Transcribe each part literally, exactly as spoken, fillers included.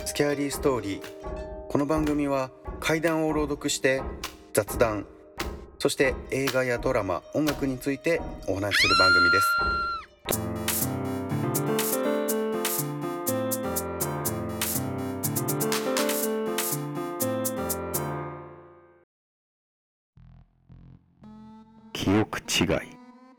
スキャーリーストーリー。この番組は怪談を朗読して雑談、そして映画やドラマ、音楽についてお話しする番組です。 記憶違い。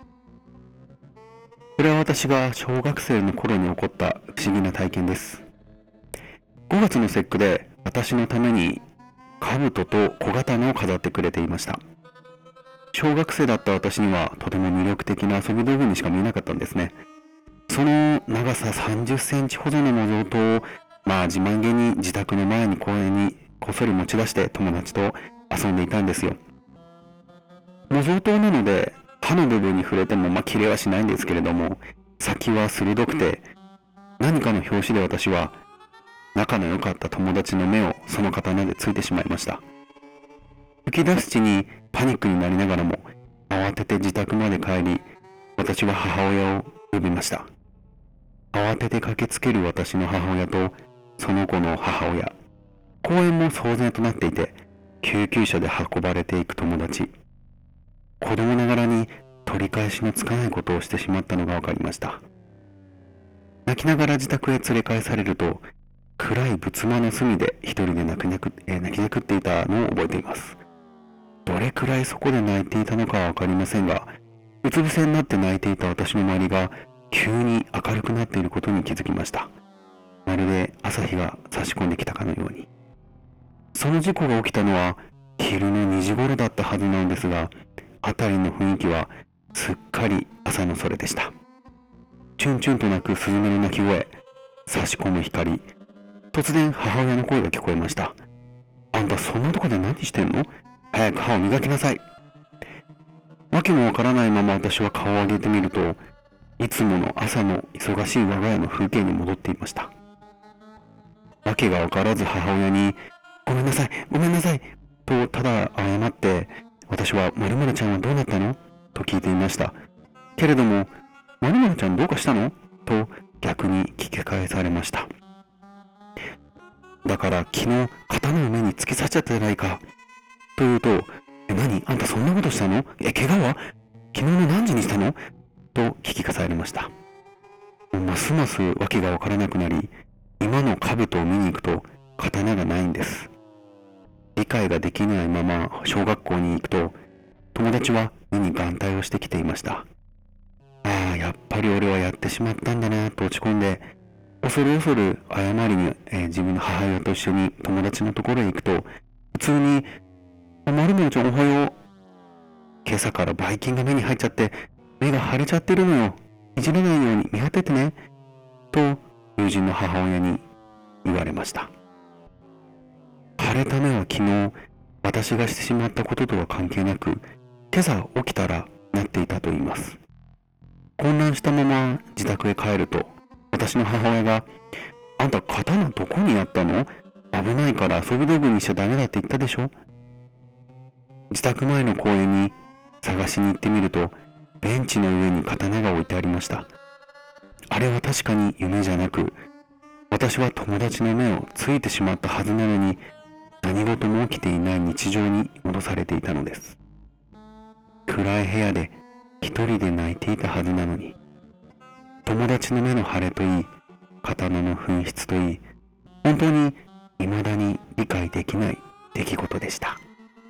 これは私が小学生の頃に起こった不思議な体験です。ごがつの節句で私のために兜と小刀を飾ってくれていました。小学生だった私にはとても魅力的な遊び道具にしか見えなかったんですね。その長ささんじゅっセンチほどの模造刀をまあ自慢げに自宅の前に公園にこっそり持ち出して友達と遊んでいたんですよ。模造刀なので刃の部分に触れてもまあ切れはしないんですけれども、先は鋭くて、何かの拍子で私は仲の良かった友達の目をその刀でついてしまいました。吹き出す地にパニックになりながらも慌てて自宅まで帰り、私は母親を呼びました。慌てて駆けつける私の母親とその子の母親、公園も騒然となっていて、救急車で運ばれていく友達、子供ながらに取り返しのつかないことをしてしまったのが分かりました。泣きながら自宅へ連れ返されると、暗い仏間の隅で一人で泣き泣く、えー、泣きじゃくっていたのを覚えています。どれくらいそこで泣いていたのかは分かりませんが、うつ伏せになって泣いていた私の周りが急に明るくなっていることに気づきました。まるで朝日が差し込んできたかのように。その事故が起きたのは昼のにじ頃だったはずなのですが、辺りの雰囲気はすっかり朝の空でした。チュンチュンと鳴くスズメの鳴き声、差し込む光、突然母親の声が聞こえました。あんたそんなとこで何してんの？早く歯を磨きなさい。わけもわからないまま私は顔を上げてみると、いつもの朝の忙しい我が家の風景に戻っていました。わけがわからず母親に、ごめんなさい、ごめんなさい、とただ謝って、私は〇〇ちゃんはどうなったの？と聞いていました。けれども、〇〇ちゃんどうかしたの？と逆に聞き返されました。だから昨日刀を目に突き刺しちゃったじゃないか。と言うと、え、何？あんたそんなことしたの？え、怪我は？昨日の何時にしたの？と聞き返されました。ますますわけがわからなくなり、今の兜を見に行くと刀がないんです。理解ができないまま小学校に行くと、友達は目に眼帯をしてきていました。ああ、やっぱり俺はやってしまったんだなと落ち込んで、恐る恐る謝りに、えー、自分の母親と一緒に友達のところへ行くと、普通に、まるまるちゃんおはよう。今朝からばい菌が目に入っちゃって目が腫れちゃってるのよ。いじらないように見張っててね。と友人の母親に言われました。腫れた目は昨日私がしてしまったこととは関係なく、今朝起きたらなっていたと言います。混乱したまま自宅へ帰ると、私の母親が、あんた刀どこにあったの？危ないから遊び道具にしちゃダメだって言ったでしょ？自宅前の公園に探しに行ってみると、ベンチの上に刀が置いてありました。あれは確かに夢じゃなく、私は友達の目をついてしまったはずなのに、何事も起きていない日常に戻されていたのです。暗い部屋で一人で泣いていたはずなのに、友達の目の腫れといい、刀の紛失といい、本当に未だに理解できない出来事でした。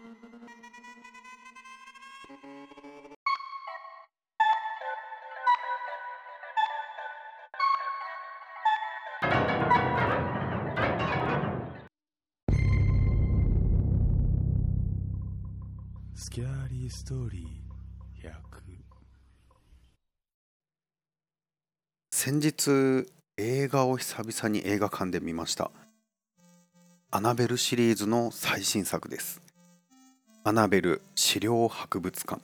スキャーリーストーリーひゃく。 先日映画を久々に映画館で見ました。アナベルシリーズの最新作です。アナベル資料博物館。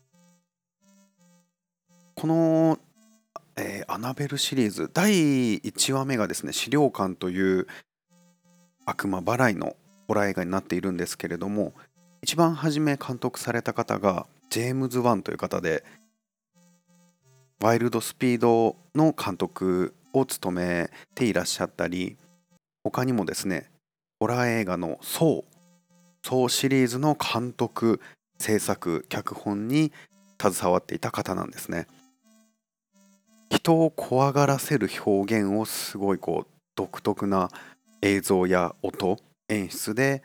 この、えーアナベルシリーズだいいちわめがですね、資料館という悪魔払いのホラー映画になっているんですけれども、一番初め監督された方がジェームズ・ワンという方で、ワイルドスピードの監督を務めていらっしゃったり、 他にもですね、ホラー映画のソー、ソーシリーズの監督、制作、脚本に携わっていた方なんですね。人を怖がらせる表現をすごいこう独特な映像や音、演出で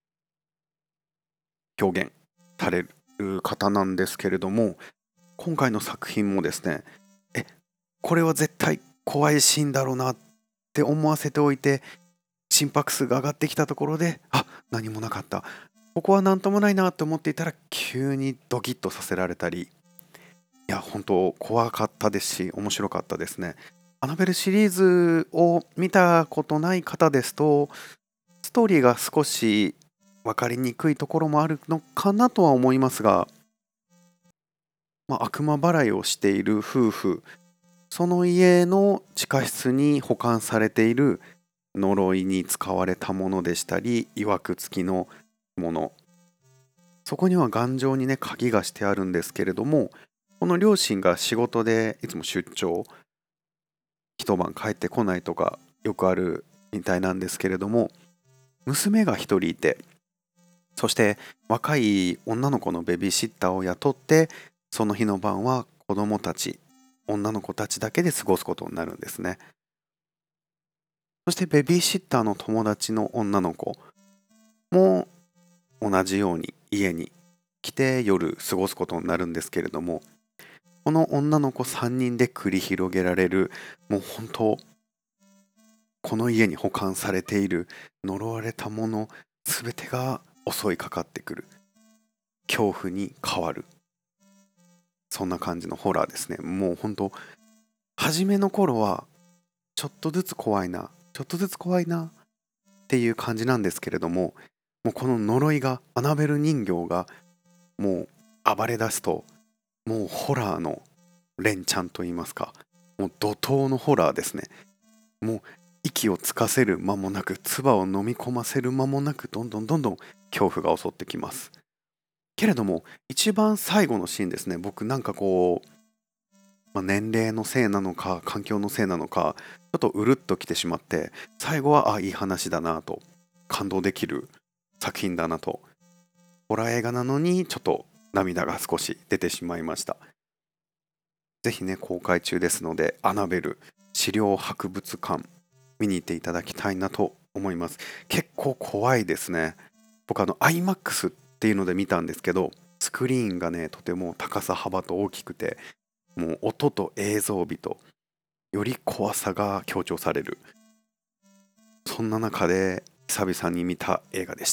表現される方なんですけれども、今回の作品もですね、え、これは絶対怖いシーンだろうなって思わせておいて、心拍数が上がってきたところで、あ、何もなかった。ここは何ともないなと思っていたら、急にドキッとさせられたり、いや、本当怖かったですし、面白かったですね。アナベルシリーズを見たことない方ですと、ストーリーが少し分かりにくいところもあるのかなとは思いますが、まあ、悪魔払いをしている夫婦、その家の地下室に保管されている呪いに使われたものでしたり、曰く付きのもの、そこには頑丈にね鍵がしてあるんですけれども、この両親が仕事でいつも出張、一晩帰ってこないとかよくあるみたいなんですけれども、娘が一人いて、そして若い女の子のベビーシッターを雇って、その日の晩は子供たち、女の子たちだけで過ごすことになるんですね。そしてベビーシッターの友達の女の子も同じように家に来て夜過ごすことになるんですけれども、この女の子さんにんで繰り広げられる、もう本当この家に保管されている呪われたもの全てが襲いかかってくる、恐怖に変わる、そんな感じのホラーですね。もう本当初めの頃はちょっとずつ怖いなちょっとずつ怖いなっていう感じなんですけれども、もうこの呪いが、アナベル人形がもう暴れ出すと、もうホラーの連チャンといいますか、もう怒涛のホラーですね。もう息をつかせる間もなく、唾を飲み込ませる間もなく、どんどんどんどん恐怖が襲ってきます。けれども一番最後のシーンですね、僕なんかこう、まあ、年齢のせいなのか環境のせいなのか、ちょっとうるっときてしまって、最後はあいい話だなと、感動できる作品だなと、ホラー映画なのにちょっと涙が少し出てしまいました。ぜひね、公開中ですので、アナベル資料博物館見に行っていただきたいなと思います。結構怖いですね。僕あの アイマックス っていうので見たんですけど、スクリーンがねとても高さ幅と大きくて、もう音と映像美とより怖さが強調される、そんな中で久々に見た映画でした。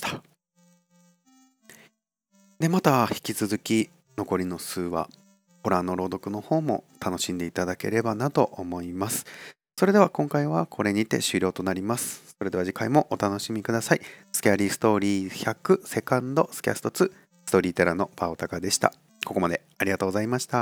でまた引き続き残りの数話、ホラーの朗読の方も楽しんでいただければなと思います。それでは今回はこれにて終了となります。それでは次回もお楽しみください。スキャリーストーリーひゃくセカンドスキャストツー、ストーリーテラーのパオタカでした。ここまでありがとうございました。